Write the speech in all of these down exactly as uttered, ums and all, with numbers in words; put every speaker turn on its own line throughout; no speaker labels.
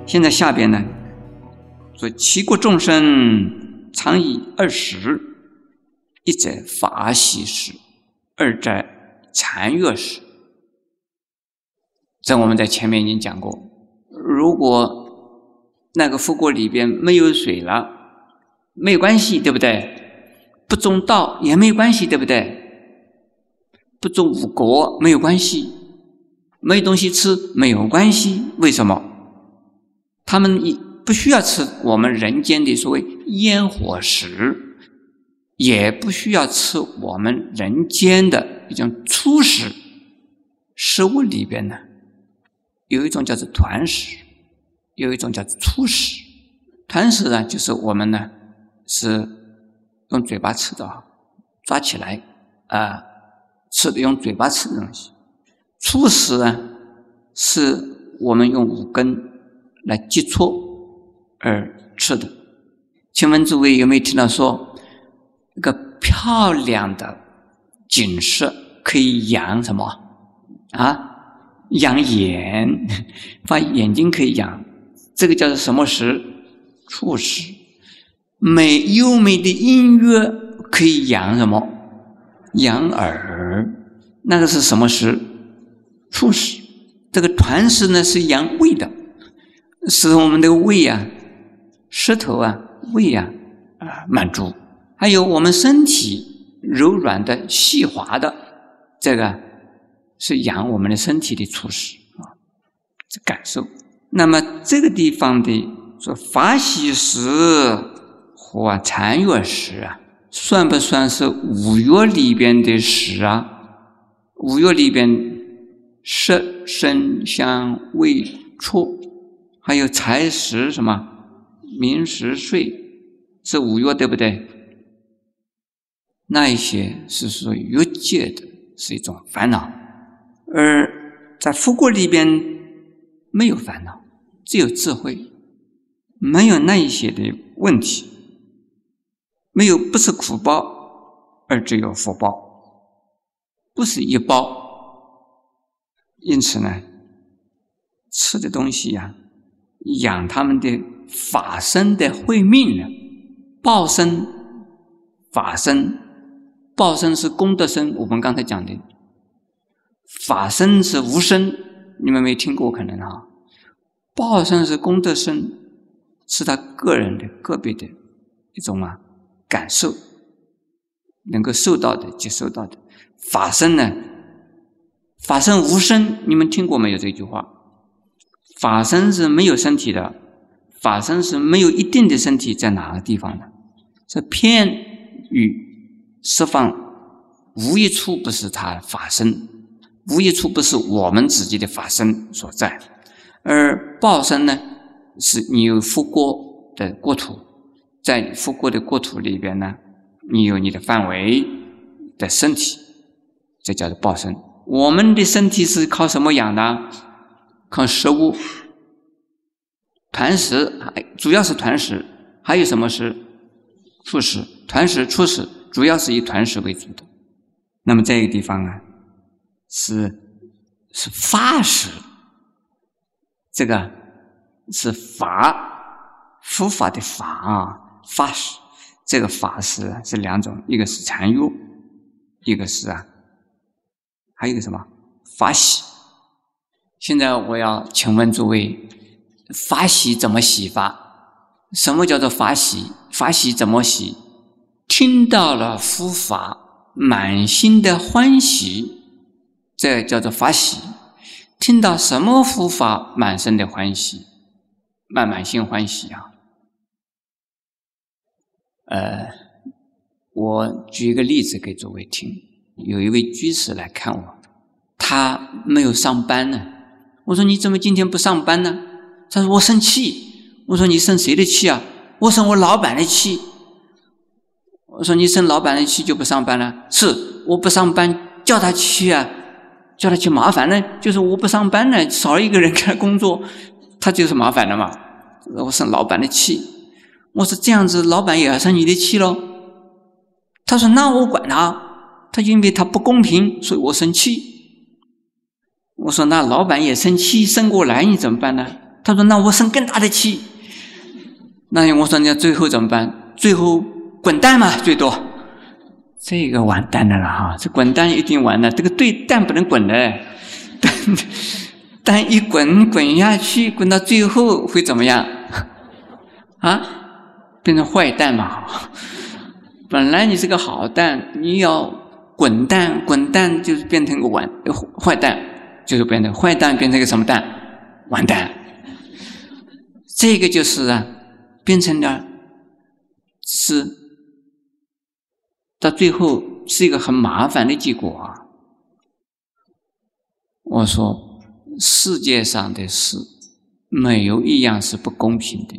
现在下边呢说，其国众生常以二时，一者法喜时，二者禅悦时。这我们在前面已经讲过，如果那个佛国里边没有水了，没有关系，对不对？不种稻也没有关系，对不对？不种五果没有关系，没有东西吃没有关系。为什么？他们不需要吃我们人间的所谓烟火食，也不需要吃我们人间的一种粗食。食物里边呢，有一种叫做团食，有一种叫做粗食。团食呢，就是我们呢是用嘴巴吃的，抓起来啊、呃，吃的用嘴巴吃的东西。粗食呢，是我们用五根来接触而吃的。请问诸位有没有听到说，一个漂亮的景色可以养什么啊？养眼，把眼睛可以养，这个叫做什么食？触食。美优美的音乐可以养什么？养耳，那个是什么食？触食。这个团食呢是养胃的，使我们的胃啊、舌头啊、胃啊啊满足。还有我们身体柔软的、细滑的，这个是养我们的身体的触食啊，这感受。那么这个地方的说法喜食或禅悦食啊，算不算是五欲里边的食啊？五欲里边色声香味触，还有财食什么名食睡，是五欲，对不对？那一些是属于欲界的，是一种烦恼。而在佛国里边没有烦恼，只有智慧，没有那一些的问题，没有不是苦报，而只有福报，不是一报。因此呢，吃的东西呀、啊，养他们的法身的慧命呢，报身、法身，报身是功德身，我们刚才讲的。法身是无身，你们没听过可能啊。报身是功德身，是他个人的个别的一种啊感受，能够受到的、接受到的。法身呢，法身无身，你们听过没有这句话？法身是没有身体的，法身是没有一定的身体在哪个地方的？这偏于十方无一处不是他法身。无一处不是我们自己的法身所在，而报身呢，是你有佛国的国土，在佛国的国土里边呢，你有你的范围的身体，这叫做报身。我们的身体是靠什么养的？靠食物，团食，主要是团食，还有什么食？触食。团食、触食，主要是以团食为主的。那么这个地方啊，是是法食，这个是法，佛法的法啊，法食。这个法食是两种，一个是禅悦，一个是啊，还有一个什么法喜。现在我要请问诸位，法喜怎么喜法？什么叫做法喜？法喜怎么喜？听到了佛法，满心的欢喜，这叫做法喜。听到什么佛法，满身的欢喜，满满心欢喜啊！呃，我举一个例子给诸位听。有一位居士来看我，他没有上班呢。我说你怎么今天不上班呢？他说我生气。我说你生谁的气啊？我生我老板的气。我说你生老板的气就不上班了？是，我不上班叫他去啊，叫他去麻烦呢，就是我不上班呢，少一个人给他工作，他就是麻烦了嘛。我生老板的气。我说这样子老板也要生你的气咯。他说那我管他，他因为他不公平，所以我生气。我说那老板也生气生过来你怎么办呢？ 他说那我生更大的气。那我说那最后怎么办？最后滚蛋嘛，最多。这个完蛋了哈，这滚蛋一定完了，这个对蛋不能滚的，蛋蛋一滚滚下去，滚到最后会怎么样？啊，变成坏蛋嘛。本来你是个好蛋，你要滚蛋，滚蛋就是变成个完坏蛋，就是变成坏蛋，变成个什么蛋？完蛋。这个就是啊，变成了是到最后是一个很麻烦的结果啊。我说世界上的事没有一样是不公平的，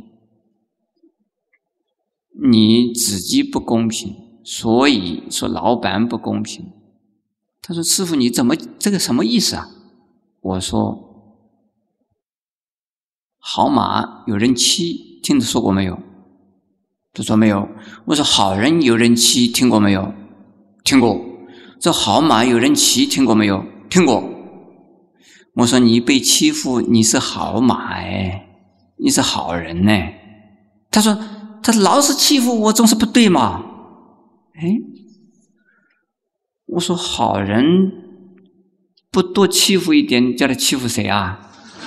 你自己不公平，所以说老板不公平。他说师父你怎么这个什么意思啊？我说好马有人骑，听说过没有？他说没有。我说好人有人骑，听过没有？听过。这好马有人骑，听过没有？听过。我说你被欺负，你是好马哎，你是好人呢。他说他老是欺负我，总是不对嘛。哎，我说好人不多欺负一点，叫他欺负谁啊？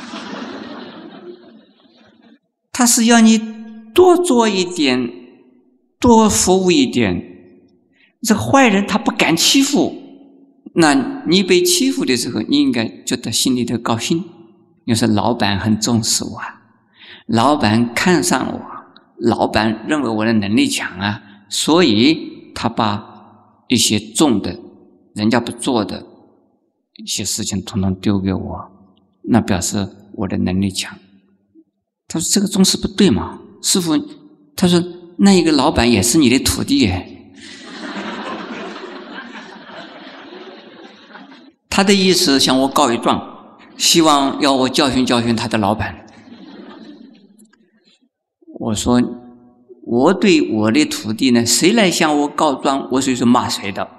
他是要你多做一点，多服务一点。这坏人他不敢欺负，那你被欺负的时候，你应该觉得心里头高兴。你说老板很重视我，老板看上我，老板认为我的能力强啊，所以他把一些重的人家不做的一些事情统统丢给我，那表示我的能力强。他说这个重视不对嘛，师父。他说那一个老板也是你的徒弟耶。他的意思向我告一状，希望要我教训教训他的老板。我说我对我的徒弟呢，谁来向我告状，我随时骂谁的。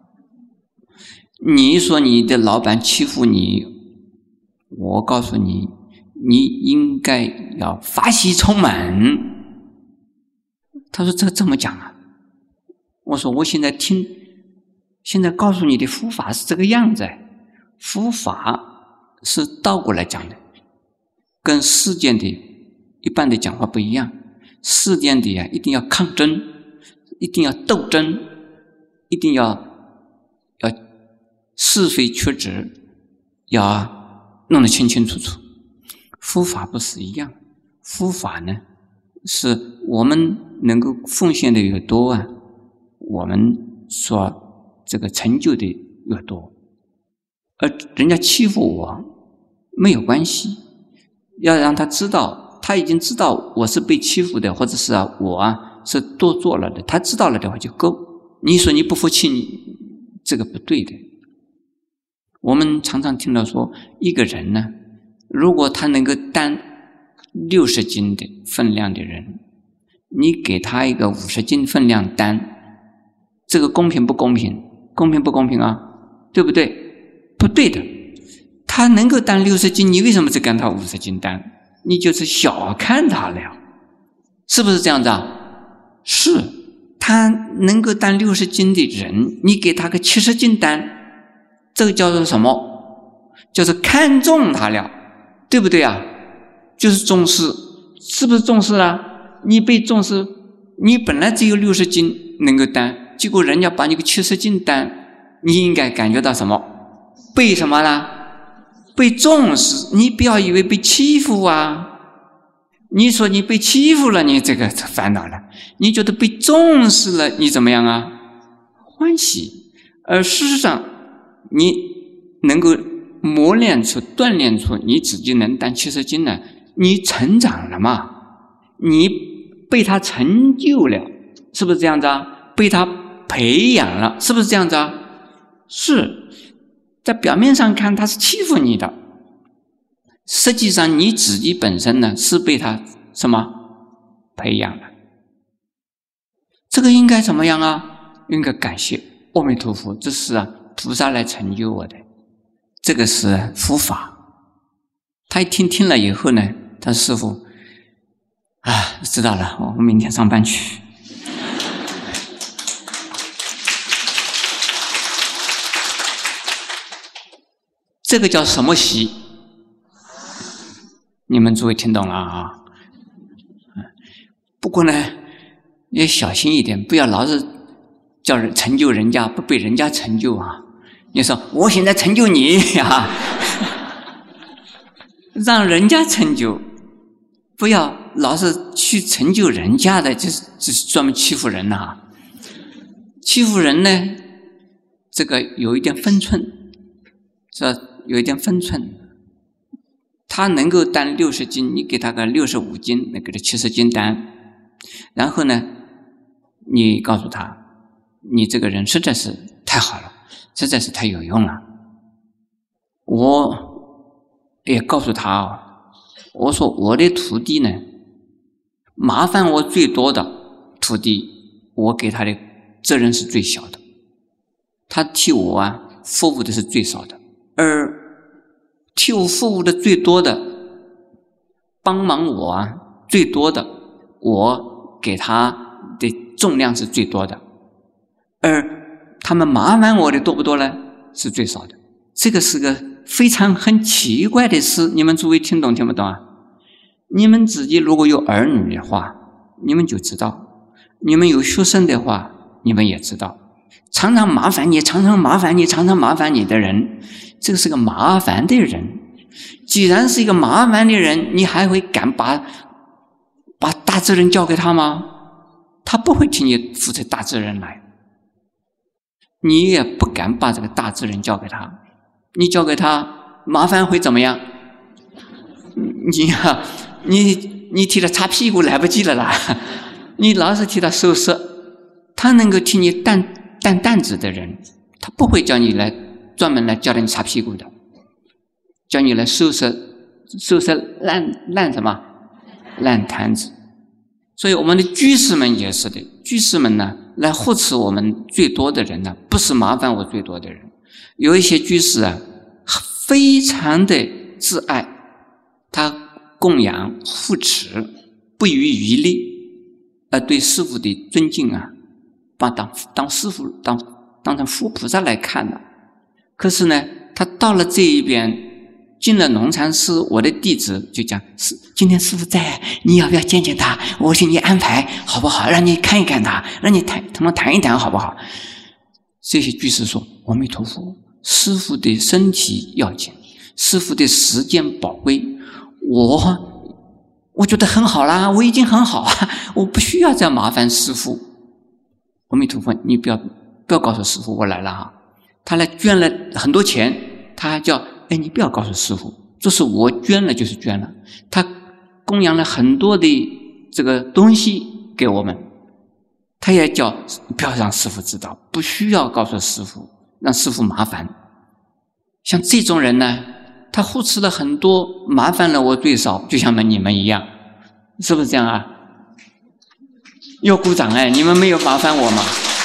你说你的老板欺负你，我告诉你，你应该要法喜充满。他说这个怎么讲啊？我说我现在听，现在告诉你的佛法是这个样子，佛法是倒过来讲的，跟世间的一般的讲话不一样。世间的啊，一定要抗争，一定要斗争，一定要要是非曲直，要弄得清清楚楚。佛法不是一样，佛法呢，是我们能够奉献的越多啊，我们所这个成就的越多。而人家欺负我没有关系，要让他知道，他已经知道我是被欺负的，或者是啊我啊是多做了的，他知道了的话就够。你说你不服气，你这个不对的。我们常常听到说，一个人呢，如果他能够担六十斤的分量的人，你给他一个五十斤分量担，这个公平不公平？公平不公平啊？对不对？不对的。他能够担六十斤，你为什么只给他五十斤担？你就是小看他了，是不是这样子啊？是。他能够担六十斤的人，你给他个七十斤担，这个叫做什么？叫做看重他了，对不对啊？就是重视，是不是重视了？你被重视，你本来只有六十斤能够担，结果人家把你个七十斤担，你应该感觉到什么？被什么啦？被重视。你不要以为被欺负啊！你说你被欺负了，你这个烦恼了；你觉得被重视了，你怎么样啊？欢喜。而事实上，你能够磨练出、锻炼出你自己能担七十斤呢，你成长了嘛？你被他成就了，是不是这样子啊？被他培养了，是不是这样子啊？是。在表面上看他是欺负你的，实际上你自己本身呢是被他什么培养了。这个应该怎么样啊？应该感谢阿弥陀佛，这是啊菩萨来成就我的，这个是佛法。他一听听了以后呢， 他说师父啊，知道了，我明天上班去。这个叫什么习？你们诸位听懂了啊？不过呢，也小心一点，不要老是叫人成就人家，不被人家成就啊。你说我现在成就你呀，让人家成就，不要老是去成就人家的，就是就是专门欺负人呐、啊。欺负人呢，这个有一点分寸，是吧？有一点分寸。他能够担六十斤，你给他个六十五斤，那给他七十斤担。然后呢，你告诉他，你这个人实在是太好了，实在是太有用了。我也告诉他哦，我说我的徒弟呢，麻烦我最多的徒弟，我给他的责任是最小的，他替我啊服务的是最少的，而替我服务的最多的，帮忙我啊最多的，我给他的重量是最多的，而他们麻烦我的多不多呢？是最少的。这个是个非常很奇怪的事，你们诸位听懂听不懂啊？你们自己如果有儿女的话，你们就知道；你们有学生的话，你们也知道。常常麻烦你，常常麻烦你，常常麻烦你的人，这个是个麻烦的人。既然是一个麻烦的人，你还会敢把把大责任交给他吗？他不会替你负责大责任来，你也不敢把这个大责任交给他。你交给他，麻烦会怎么样？你呀、啊，你你替他擦屁股来不及了啦！你老是替他收拾，他能够替你担担担子的人，他不会叫你来专门来教你擦屁股的，叫你来收拾收拾烂烂什么烂摊子。所以我们的居士们也是的，居士们呢来护持我们最多的人呢，不是麻烦我最多的人。有一些居士啊，非常的自爱，他供养护持，不遗余力，而对师父的尊敬啊，把当当师父当当成佛菩萨来看的。可是呢，他到了这一边，进了农禅寺，我的弟子就讲：是今天师父在，你要不要见见他？我请你安排好不好？让你看一看他，让你谈他们谈一谈好不好？这些居士说：阿弥陀佛，师父的身体要紧，师父的时间宝贵，我我觉得很好啦，我已经很好啊，我不需要再麻烦师父。阿弥陀佛，你不要不要告诉师父我来了啊！他来捐了很多钱，他还叫哎，你不要告诉师父，这是我捐了就是捐了。他供养了很多的这个东西给我们，他也叫不要让师父知道，不需要告诉师父，让师父麻烦。像这种人呢，他护持了很多，麻烦了我最少，就像你们一样，是不是这样啊？要鼓掌哎，你们没有麻烦我吗？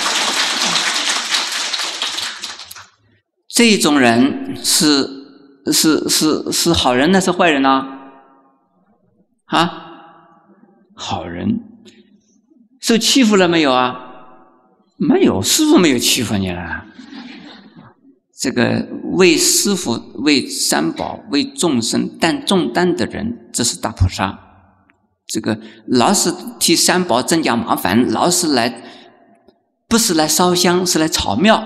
这种人是是是是好人呢，是坏人呢？啊，好人。受欺负了没有啊？没有，师父没有欺负你了。这个为师父、为三宝、为众生担重担的人，这是大菩萨。这个老是替三宝增加麻烦，老是来不是来烧香，是来炒庙。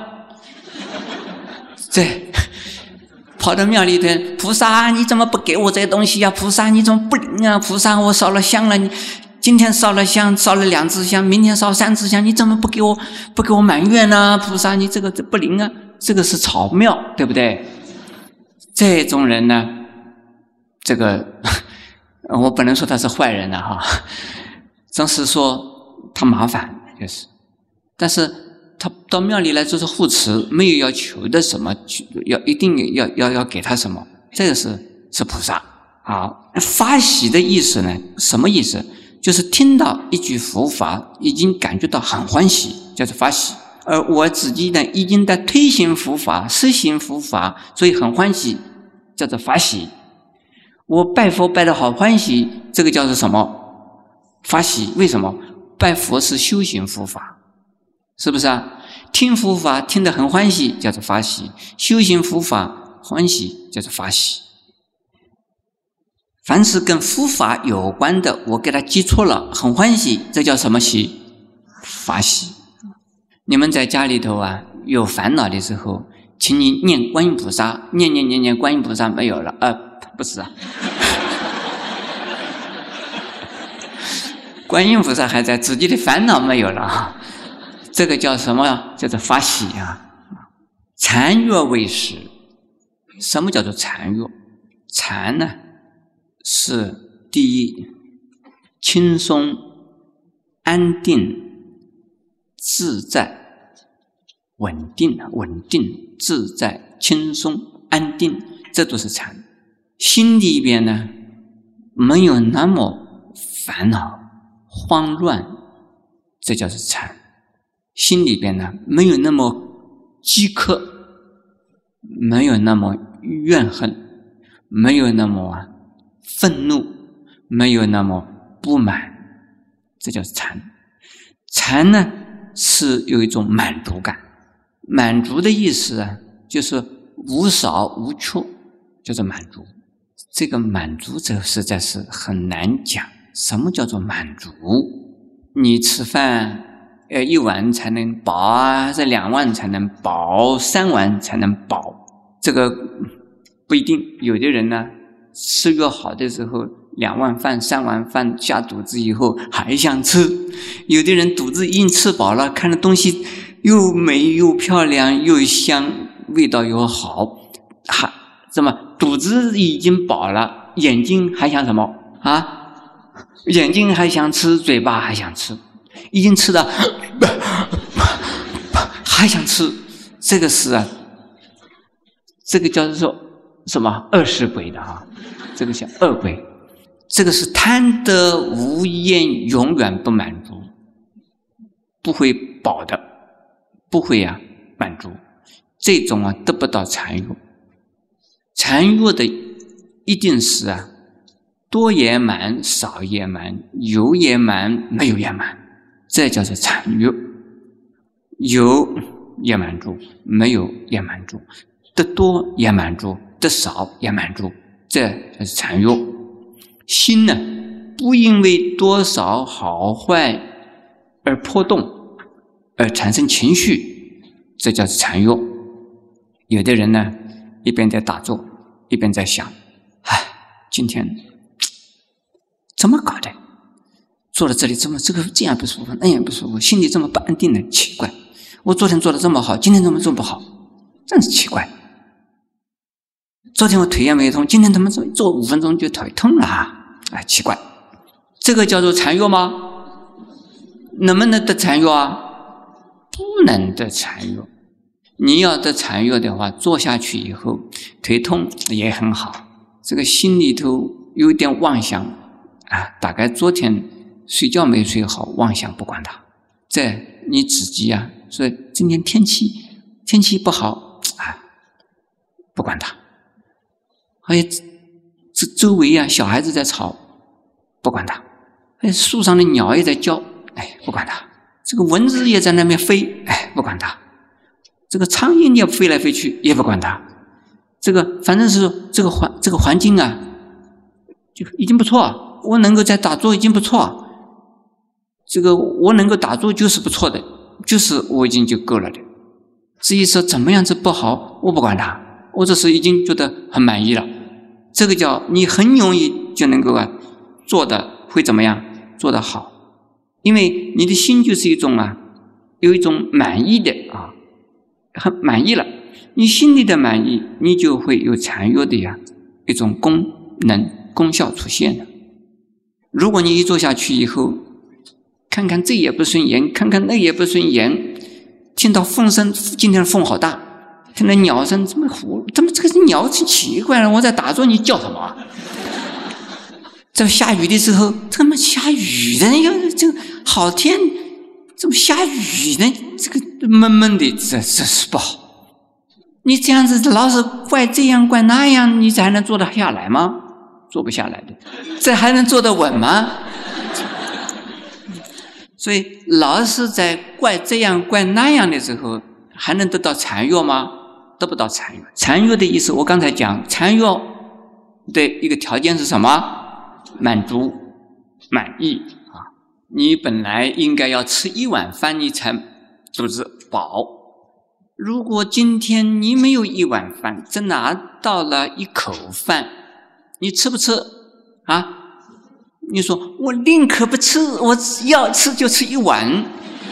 对，跑到庙里头，菩萨你怎么不给我这些东西呀、啊？菩萨你怎么不灵啊？菩萨我烧了香了，你今天烧了香，烧了两支香，明天烧三支香，你怎么不给我不给我埋怨呢？菩萨你这个不灵啊！这个是炒庙，对不对？这种人呢，这个我不能说他是坏人了哈，正是说他麻烦就是，但是他到庙里来就是护持，没有要求的什么，要一定要要要给他什么，这个是是菩萨。好，发喜的意思呢，什么意思？就是听到一句佛法，已经感觉到很欢喜，叫做发喜。而我自己呢，已经在推行佛法、实行佛法，所以很欢喜，叫做发喜。 我拜佛拜得好欢喜，这个叫做什么？法喜。为什么？拜佛是修行佛法，是不是啊？听佛法听得很欢喜，叫做法喜；修行佛法欢喜，叫做法喜。凡是跟佛法有关的，我给他记错了，很欢喜，这叫什么喜？法喜。你们在家里头啊，有烦恼的时候，请你念观音菩萨，念念念念，观音菩萨没有了，呃，不是啊，观音菩萨还在，自己的烦恼没有了啊，这个叫什么？叫做法喜啊。禅悦为实。什么叫做禅悦？禅呢？是第一，轻松、安定、自在、稳定、稳定、自在、轻松、安定，这都是禅。心里边呢，没有那么烦恼、慌乱，这叫是禅。心里边呢，没有那么饥渴，没有那么怨恨，没有那么啊愤怒，没有那么不满，这叫禅。禅呢是有一种满足感，满足的意思啊，就是无少无缺，叫做满足。这个满足这实在是很难讲。什么叫做满足？你吃饭呃一碗才能饱啊，这两碗才能饱，三碗才能饱，这个不一定。有的人呢吃越好的时候，两碗饭三碗饭下肚子以后还想吃。有的人肚子已经吃饱了，看着东西又美又漂亮又香，味道又好，还怎么肚子已经饱了，眼睛还想什么啊？眼睛还想吃，嘴巴还想吃，已经吃的还想吃。这个是啊，这个叫做什么饿死鬼的啊，这个叫饿鬼。这个是贪得无厌，永远不满足，不会饱的，不会啊满足。这种啊得不到禅悦。禅悦的一定是啊多也满，少也满，有也满，没有也满，这叫做禅悦。有也满足，没有也满足，得多也满足，得少也满足，这就是禅悦。心呢，不因为多少好坏而波动，而产生情绪，这叫禅悦。有的人呢，一边在打坐，一边在想，唉，今天怎么搞的？坐在这里怎么这个这样不舒服，那样不舒服，心里这么不安定呢？奇怪，我昨天做的这么好，今天怎么做不好？真是奇怪。昨天我腿也没痛，今天怎么做做五分钟就腿痛了啊？哎，奇怪，这个叫做禅悦吗？能不能得禅悦啊？不能得禅悦。你要得禅悦的话，坐下去以后腿痛也很好，这个心里头有点妄想啊，大概昨天睡觉没睡好，妄想不管它。这你自己啊，说今天天气天气不好啊，不管它。还有这周围啊，小孩子在吵，不管它；还有树上的鸟也在叫，哎，不管它；这个蚊子也在那边飞，哎，不管它；这个苍蝇也飞来飞去，也不管它。这个反正是这个环这个环境啊，就已经不错，我能够在打坐已经不错。这个我能够打坐就是不错的，就是我已经就够了的。至于说怎么样子不好，我不管它。我这是已经觉得很满意了，这个叫你很容易就能够啊做的会怎么样做得好，因为你的心就是一种啊有一种满意的啊很满意了，你心里的满意，你就会有禅悦的呀一种功能功效出现了。如果你一坐下去以后，看看这也不顺眼，看看那也不顺眼，听到风声，今天的风好大。听到鸟声，怎么胡？怎么这个鸟挺奇怪了？我在打坐，你叫什么啊？在下雨的时候，怎么下雨的？要这个好天，怎么下雨呢？这个闷闷的，这这是不好。你这样子老是怪这样怪那样，你才能做得下来吗？ 坐不下来的，这还能坐得稳吗？所以老是在怪这样怪那样的时候，还能得到禅悦吗？得不到禅悦。禅悦的意思，我刚才讲，禅悦的一个条件是什么？满足、满意啊！你本来应该要吃一碗饭，你才肚子饱。如果今天你没有一碗饭，只拿到了一口饭，你吃不吃啊？你说我宁可不吃，我要吃就吃一碗，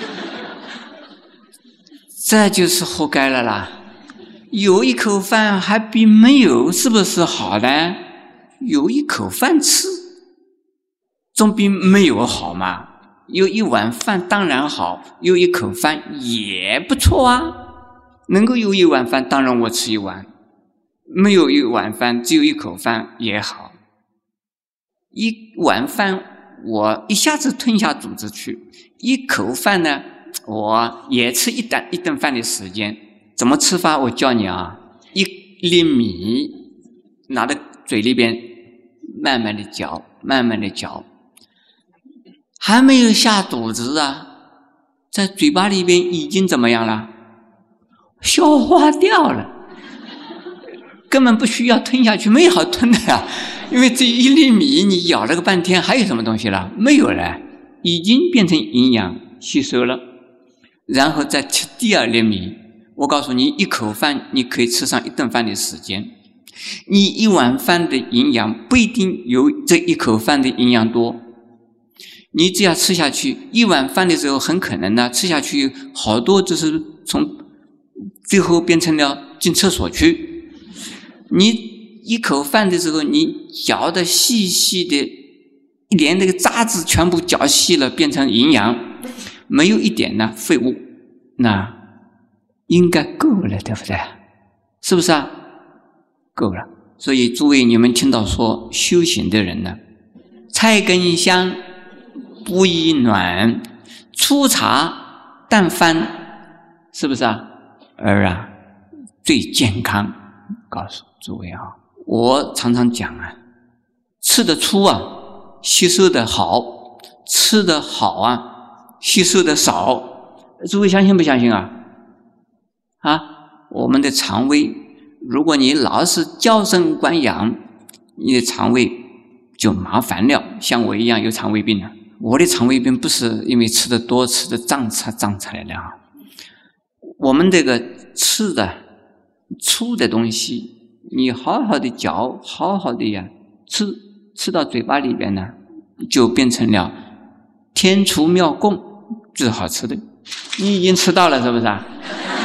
这就是活该了啦。有一口饭还比没有是不是好呢？有一口饭吃总比没有好嘛。有一碗饭当然好，有一口饭也不错啊。能够有一碗饭，当然我吃一碗，没有一碗饭，只有一口饭也好。一碗饭我一下子吞下肚子去，一口饭呢我也吃一顿一顿饭的时间。怎么吃法？我教你啊，一粒米拿到嘴里边慢慢的嚼，慢慢的嚼，还没有下肚子啊，在嘴巴里边已经怎么样了？消化掉了，根本不需要吞下去，没有好吞的呀。因为这一粒米你咬了个半天，还有什么东西了？没有了，已经变成营养吸收了。然后再吃第二粒米，我告诉你，一口饭你可以吃上一顿饭的时间。你一碗饭的营养不一定有这一口饭的营养多，你只要吃下去一碗饭的时候，很可能呢吃下去好多就是从最后变成了进厕所去。你一口饭的时候，你嚼的细细的，连那个渣子全部嚼细了，变成营养，没有一点呢废物，那应该够了，对不对？是不是啊？够了。所以诸位，你们听到说修行的人呢，菜根香，不宜暖，粗茶淡饭，是不是啊？而啊最健康。告诉诸位啊，我常常讲啊，吃得粗啊吸收的好，吃得好啊吸收的少。诸位相信不相信啊？啊，我们的肠胃，如果你老是娇生惯养，你的肠胃就麻烦了。像我一样有肠胃病了，我的肠胃病不是因为吃的多吃的胀出胀出来的啊。我们这个吃的粗的东西，你好好的嚼，好好的呀吃，吃到嘴巴里边呢，就变成了天厨妙供，最好吃的。你已经吃到了，是不是啊？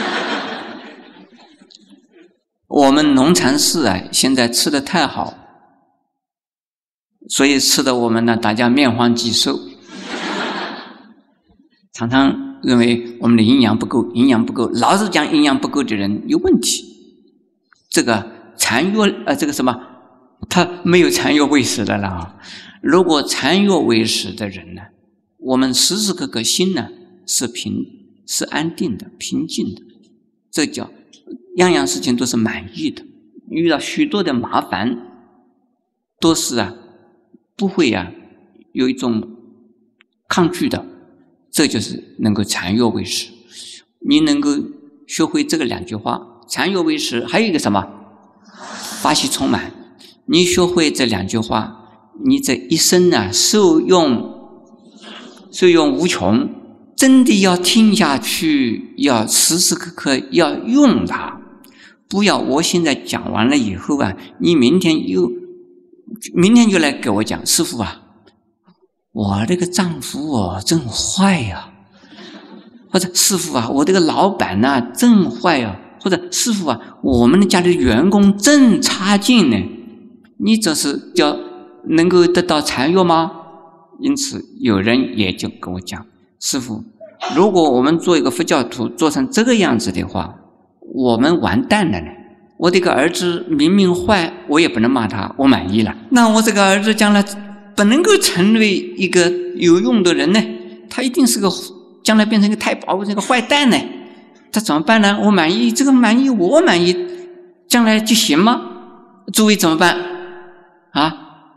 我们农禅寺啊，现在吃的太好，所以吃的我们呢，大家面黄肌瘦，常常认为我们的营养不够，营养不够，老是讲营养不够的人有问题。这个禅悦呃，这个什么，他没有禅悦为食的了啊。如果禅悦为食的人呢，我们时时刻刻心呢是平是安定的、平静的，这叫样样事情都是满意的。遇到许多的麻烦，都是啊不会啊有一种抗拒的，这就是能够禅悦为食。你能够学会这个两句话，禅悦为食，还有一个什么？法喜充满。你学会这两句话，你这一生啊受用受用无穷。真的要听下去，要时时刻刻要用它，不要我现在讲完了以后啊，你明天又明天就来给我讲，师父啊，我这个丈夫哦真坏呀、啊，或者师父啊，我这个老板呐、啊、真坏啊，或者师父啊，我们家的员工真差劲呢，你这是叫能够得到禅悦吗？因此有人也就跟我讲，师父，如果我们做一个佛教徒做成这个样子的话，我们完蛋了呢。我这个儿子明明坏，我也不能骂他，我满意了。那我这个儿子将来不能够成为一个有用的人呢，他一定是个将来变成一个太保，这个坏蛋呢，他怎么办呢？我满意，这个满意我满意，将来就行吗？诸位怎么办啊？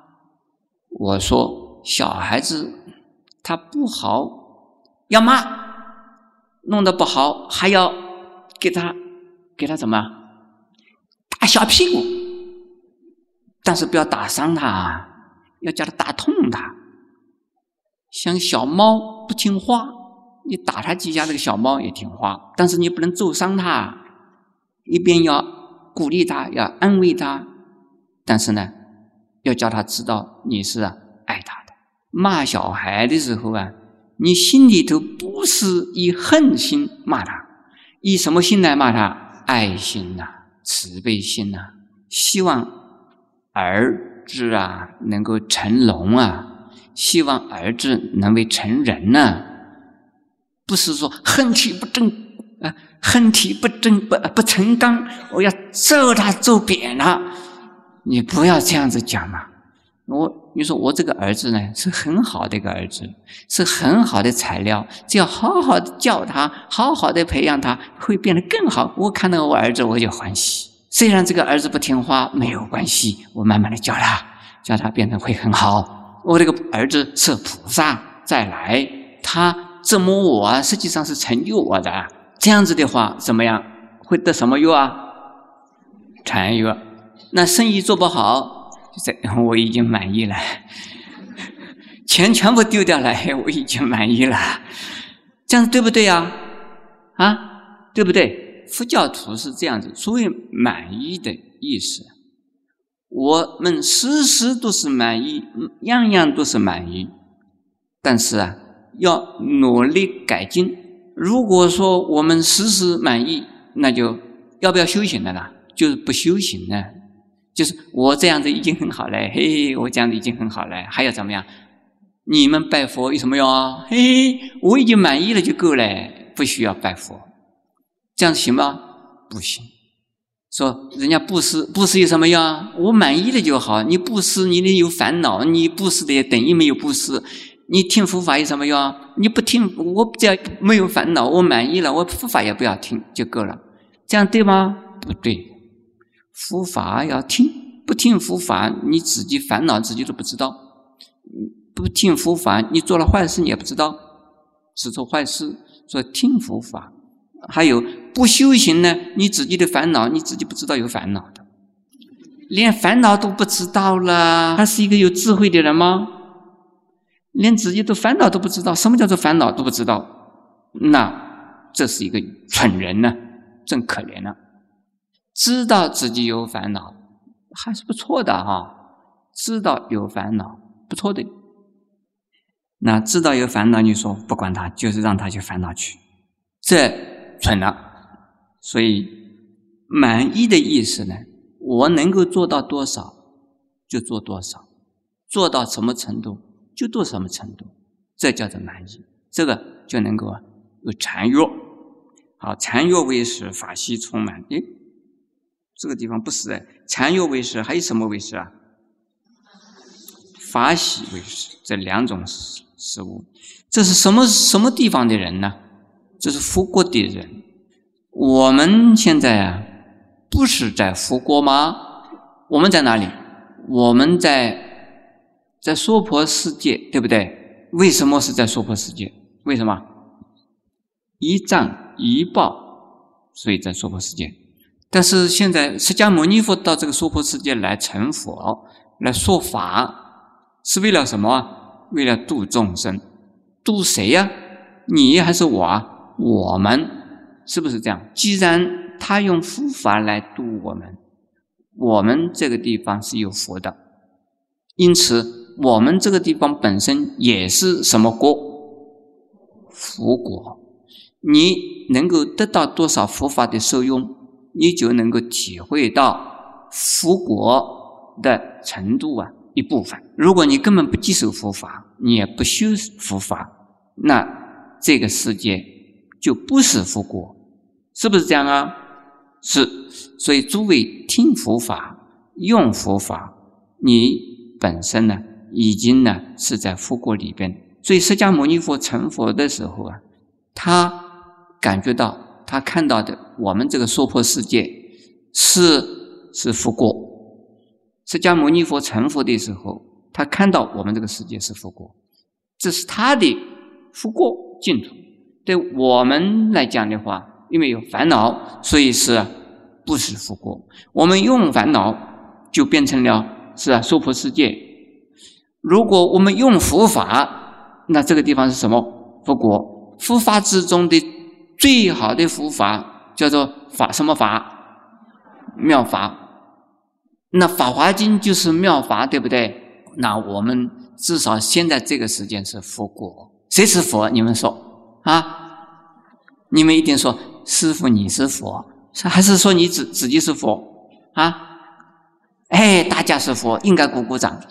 我说小孩子他不好要骂，弄得不好还要给他给他怎么打小屁股，但是不要打伤他，要叫他打痛他。像小猫不听话，你打它几下，这个小猫也听话，但是你不能揍伤它。一边要鼓励他，要安慰他，但是呢要叫他知道你是爱他的。骂小孩的时候啊，你心里头不是以恨心骂他，以什么心来骂他？爱心呐、啊，慈悲心呐、啊，希望儿子啊能够成龙啊，希望儿子能为成人呐、啊，不是说恨铁不成啊，恨铁不成不不成钢，我要揍他揍扁了。你不要这样子讲嘛。我你说我这个儿子呢是很好的一个儿子，是很好的材料，只要好好的教他，好好的培养他，会变得更好。我看到我儿子我就欢喜，虽然这个儿子不听话没有关系，我慢慢的教他，教他变得会很好。我这个儿子是菩萨再来，他折磨我啊，实际上是成就我的。这样子的话怎么样？会得什么药啊？禅药。那生意做不好，我已经满意了，钱全部丢掉了，我已经满意了。这样对不对呀？啊，对不对？佛教徒是这样子，所谓满意的意思，我们时时都是满意，样样都是满意，但是啊要努力改进。如果说我们时时满意，那就要不要修行的呢？就是不修行呢，就是我这样子已经很好了，嘿嘿，我这样子已经很好了，还要怎么样？你们拜佛有什么用啊？嘿嘿，我已经满意了就够了，不需要拜佛。这样行吗？不行。说人家布施，布施有什么用啊？我满意了就好。你布施你得有烦恼，你布施的也等于没有布施。你听佛法有什么用啊？你不听，我只要没有烦恼，我满意了，我佛法也不要听就够了。这样对吗？不对。佛法要听，不听佛法你自己烦恼自己都不知道，不听佛法你做了坏事你也不知道，只做坏事。所以听佛法，还有不修行呢，你自己的烦恼你自己不知道有烦恼的，连烦恼都不知道了，他是一个有智慧的人吗？连自己的烦恼都不知道，什么叫做烦恼都不知道，那这是一个蠢人呢，真可怜了。知道自己有烦恼还是不错的哈，知道有烦恼不错的。那知道有烦恼，你说不管他，就是让他去烦恼去，这蠢了。所以满意的意思呢，我能够做到多少就做多少，做到什么程度就做什么程度，这叫做满意。这个就能够有禅悦。好，禅悦为实，法喜充满。诶，这个地方不是哎，禅悦为实，还有什么为实啊？法喜为实，这两种事物。这是什么什么地方的人呢？这是佛国的人。我们现在啊，不是在佛国吗？我们在哪里？我们在在娑婆世界，对不对？为什么是在娑婆世界？为什么？一障一报，所以在娑婆世界。但是现在释迦牟尼佛到这个娑婆世界来成佛，来说法，是为了什么？为了度众生。度谁呀、啊？你还是我啊？我们，是不是这样？既然他用佛法来度我们，我们这个地方是有佛的，因此我们这个地方本身也是什么国？佛国。你能够得到多少佛法的受用，你就能够体会到佛国的程度啊一部分。如果你根本不接受佛法，你也不修佛法，那这个世界就不是佛国，是不是这样啊？是。所以诸位听佛法，用佛法，你本身呢已经呢是在佛国里边。所以释迦牟尼佛成佛的时候啊，他感觉到，他看到的我们这个娑婆世界是是佛国。释迦牟尼佛成佛的时候， 他看到我们这个世界是佛国，这是他的佛国净土。对我们来讲的话，因为有烦恼，所以是不是佛国。我们用烦恼就变成了是啊娑婆世界。如果我们用佛法，那这个地方是什么？佛国。佛法之中的最好的佛法叫做法什么法？妙法。那《法华经》就是妙法，对不对？那我们至少现在这个时间是佛国。谁是佛？你们说啊？你们一定说师父你是佛，还是说你自自己是佛啊？哎，大家是佛，应该鼓鼓掌。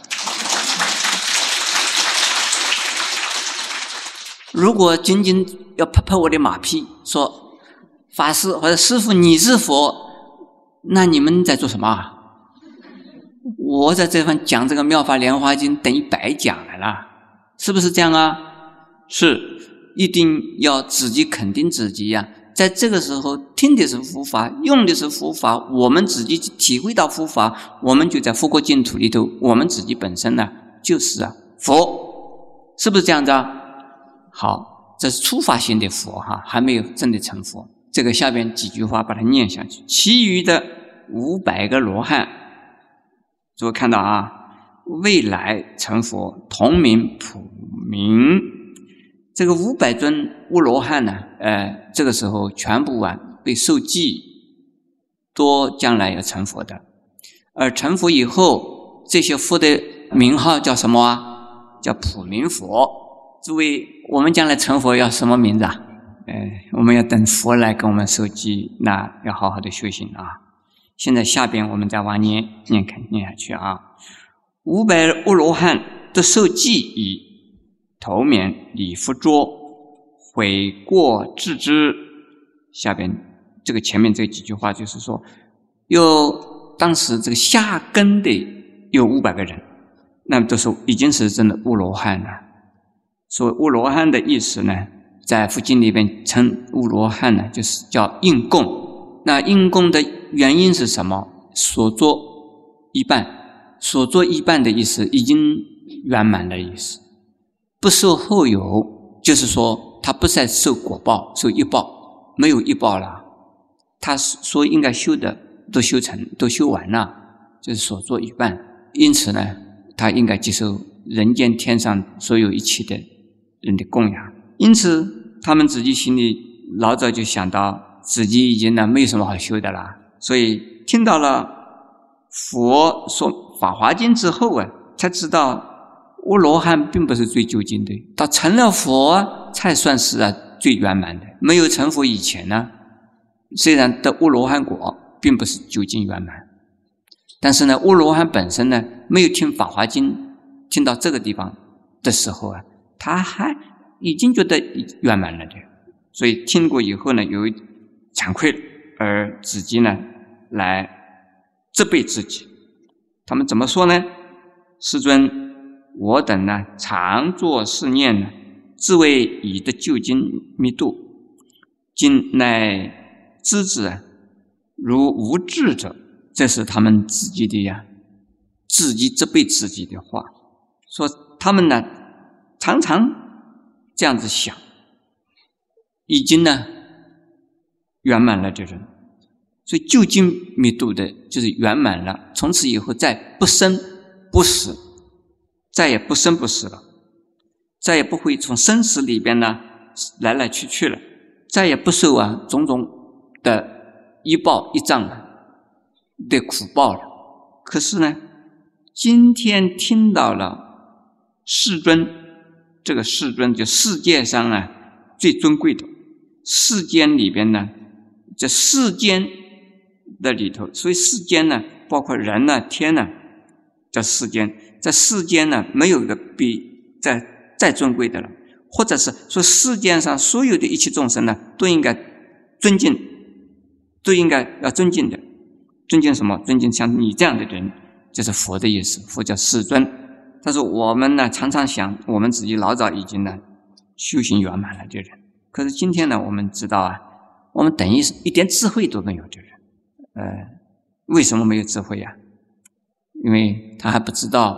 如果仅仅要拍拍我的马屁，说法师或者师父你是佛，那你们在做什么啊？我在这方讲这个《妙法莲华经》，等于白讲来了，是不是这样啊？是，一定要自己肯定自己呀、啊。在这个时候，听的是佛法，用的是佛法，我们自己体会到佛法，我们就在佛国净土里头，我们自己本身呢，就是啊佛，是不是这样子啊？好，这是初发性的佛哈，还没有真的成佛。这个下边几句话把它念下去，其余的五百个罗汉。诸位看到啊，未来成佛，同名普名。这个五百尊乌罗汉呢，呃，这个时候全部啊被受记，都将来要成佛的。而成佛以后，这些佛的名号叫什么啊？叫普名佛。诸位，我们将来成佛要什么名字啊？呃，我们要等佛来跟我们受记，那要好好的修行啊。现在下边我们再往念念看念下去啊。五百乌罗汉得受记已，头面礼佛桌，悔过自知。下边这个前面这几句话就是说，有当时这个下根的有五百个人，那么都是已经是真的乌罗汉了。所谓乌罗汉的意思呢，在佛经里边称乌罗汉呢，就是叫应供。那应供的原因是什么？所作一半，所作一半的意思已经圆满的意思，不受后有，就是说他不再受果报，受业报，没有业报了，他所应该修的都修成，都修完了，就是所作一半。因此呢，他应该接受人间天上所有一切的人的供养。因此他们自己心里老早就想到自己已经呢没有什么好修的了，所以听到了佛说《法华经》之后啊，才知道乌罗汉并不是最究竟的，到成了佛才算是啊最圆满的。没有成佛以前呢，虽然得乌罗汉果，并不是究竟圆满，但是呢，乌罗汉本身呢，没有听《法华经》听到这个地方的时候啊，他还已经觉得圆满了的，所以听过以后呢，有惭愧了，而自己呢来责备自己。他们怎么说呢？世尊，我等呢常作是念呢，自谓已得究竟密度，今乃知之啊，如无智者。这是他们自己的呀，自己责备自己的话，说他们呢常常这样子想，已经呢圆满了的人，所以究竟密度的就是圆满了，从此以后再不生不死，再也不生不死了，再也不会从生死里边呢来来去去了，再也不受啊种种的一报一障的苦报了。可是呢，今天听到了世尊，这个世尊就世界上啊最尊贵的，世间里边呢，这世间的里头，所以世间呢包括人呢、天呢，这世间，在世间呢没有一个比再再尊贵的了，或者是说世间上所有的一切众生呢都应该尊敬，都应该要尊敬的。尊敬什么？尊敬像你这样的人，就是佛的意思，佛叫世尊。他说我们呢常常想我们自己老早已经呢修行圆满了的人，可是今天呢我们知道啊，我们等于是一点智慧都没有的人。呃，为什么没有智慧啊？因为他还不知道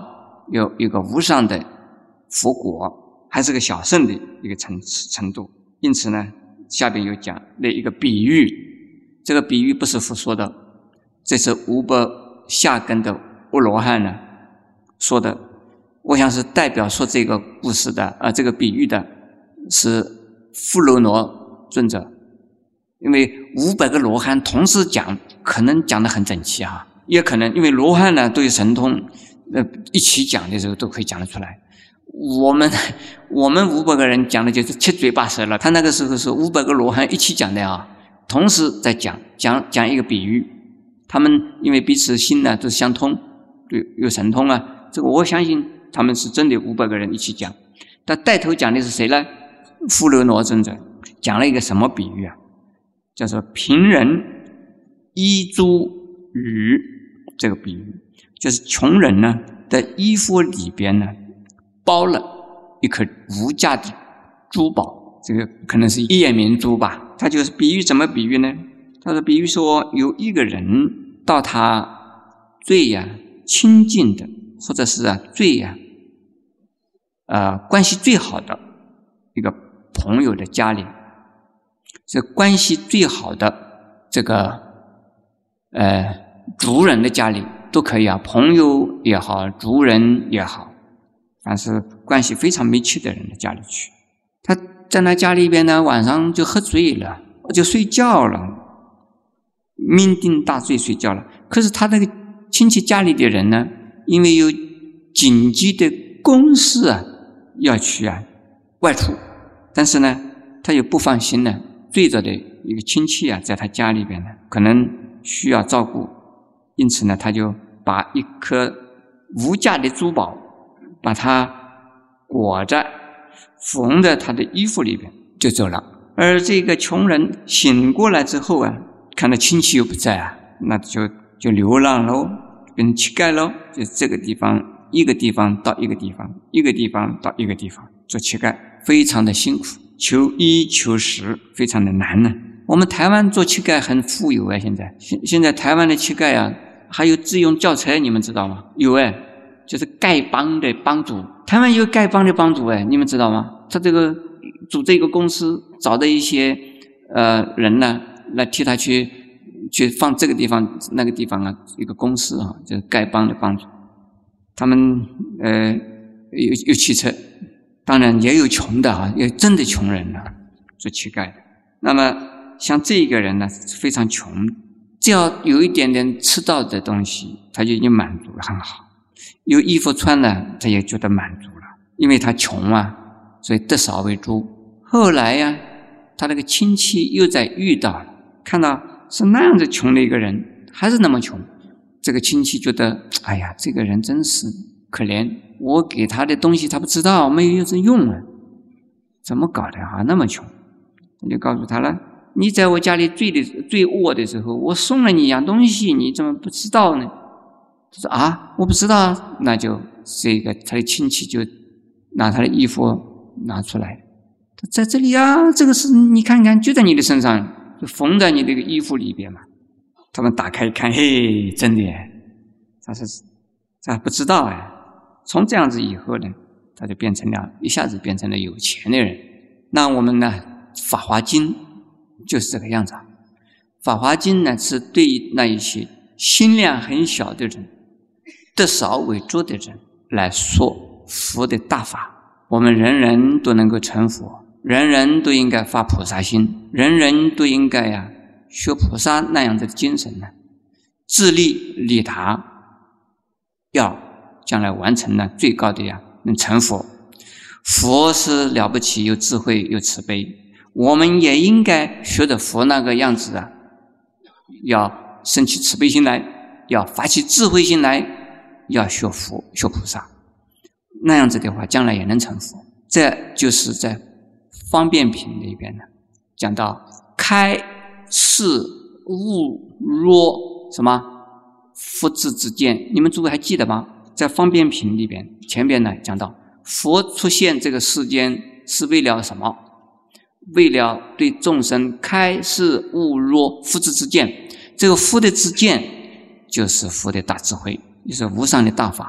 有一个无上的佛果，还是个小圣的一个层程度。因此呢，下边有讲的一个比喻，这个比喻不是佛说的，这是五百下根的阿罗汉呢说的。我想是代表说这个故事的啊、呃，这个比喻的是富罗罗尊者。因为五百个罗汉同时讲，可能讲得很整齐啊，也可能因为罗汉呢都有神通，呃，一起讲的时候都可以讲得出来。我们我们五百个人讲的就是七嘴八舌了，他那个时候是五百个罗汉一起讲的啊，同时在讲讲讲一个比喻。他们因为彼此心呢都是相通，对，有神通啊，这个我相信他们是真的五百个人一起讲。但带头讲的是谁呢？富罗罗尊者讲了一个什么比喻啊？叫做贫人衣珠雨，这个比喻就是穷人呢的衣服里边呢包了一颗无价的珠宝，这个可能是夜明珠吧。他就是比喻，怎么比喻呢？他说比喻说，有一个人到他最呀、啊、亲近的，或者是啊最呀、啊、呃关系最好的一个朋友的家里，这关系最好的这个呃族人的家里都可以啊，朋友也好，族人也好，凡是关系非常密切的人的家里去。他在那家里边呢，晚上就喝醉了，就睡觉了，酩酊大醉睡觉了。可是他那个亲戚家里的人呢，因为有紧急的公事啊要去啊外出，但是呢他又不放心呢，醉着的一个亲戚啊在他家里边呢可能需要照顾，因此呢他就把一颗无价的珠宝把它裹着缝在他的衣服里边就走了。而这个穷人醒过来之后啊，看到亲戚又不在啊，那就就流浪喽，变成乞丐喽，就这个地方一个地方到一个地方，一个地方到一个地方做乞丐，非常的辛苦，求衣求食非常的难呢。我们台湾做乞丐很富有啊，现在现现在台湾的乞丐啊还有自用轿车，你们知道吗？有哎，就是丐帮的帮主，台湾有丐帮的帮主哎，你们知道吗？他这个组这个公司找的一些呃人呢，来替他去去放这个地方那个地方啊，一个公司啊，就是丐帮的帮主。他们呃有有汽车，当然也有穷的啊，有真的穷人啊，做乞丐的。那么像这个人呢，非常穷，只要有一点点吃到的东西，他就已经满足了，很好。有衣服穿了，他也觉得满足了，因为他穷啊，所以得少为主。后来呀、啊，他那个亲戚又在遇到，看到是那样子穷的一个人，还是那么穷，这个亲戚觉得，哎呀，这个人真是可怜，我给他的东西他不知道，没有用啊，怎么搞的啊，那么穷。他就告诉他了，你在我家里醉的醉卧的时候，我送了你一样东西，你怎么不知道呢？他说啊，我不知道。那就这个他的亲戚就拿他的衣服拿出来，他在这里啊，这个是你看看，就在你的身上，就缝在你这个衣服里边嘛。他们打开一看，嘿，真的耶，他是他不知道哎。从这样子以后呢，他就变成了一下子变成了有钱的人。那我们呢，《法华经》就是这个样子。《法华经》呢是对于那一些心量很小的人，得少为主的人来说佛的大法。我们人人都能够成佛，人人都应该发菩萨心，人人都应该呀、啊、学菩萨那样的精神呢，自利利他，要将来完成了最高的呀，能成佛。佛是了不起，有智慧，有慈悲，我们也应该学着佛那个样子啊，要生起慈悲心来，要发起智慧心来，要学佛学菩萨，那样子的话将来也能成佛。这就是在方便品里边呢讲到开示悟若什么佛智之见，你们诸位还记得吗？在方便品里边前边呢讲到佛出现这个世间是为了什么？为了对众生开示悟若佛智之见。这个佛的智见就是佛的大智慧，就是无上的大法。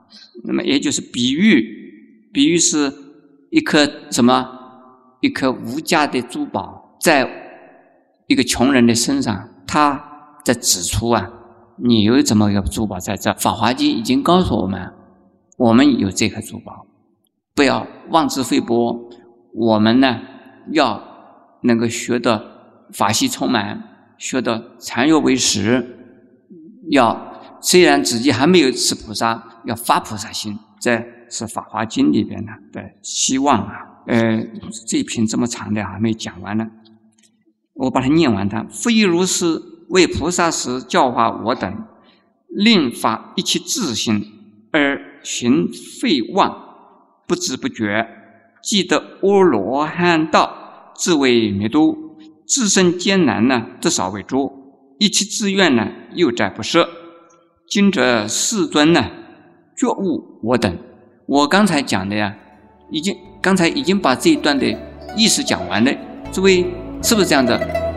那么也就是比喻，比喻是一颗什么？一颗无价的珠宝，在一个穷人的身上，他在指出啊，你有这么一个珠宝在这。《法华经》已经告诉我们，我们有这颗珠宝，不要妄自菲薄。我们呢，要能够学得法喜充满，学得禅悦为实。要虽然自己还没有是菩萨，要发菩萨心，这是《法华经》里边的的希望啊。呃，这一篇这么长的还没讲完呢，我把它念完它。非如是为菩萨时教化我等，令发一切自心，而行废妄，不知不觉，既得阿罗汉道，自为灭度。自身艰难呢，至少为诸；一切志愿呢，又在不舍。今者世尊呢，觉悟我等。我刚才讲的呀，已经刚才已经把这一段的意思讲完了。诸位是不是这样的？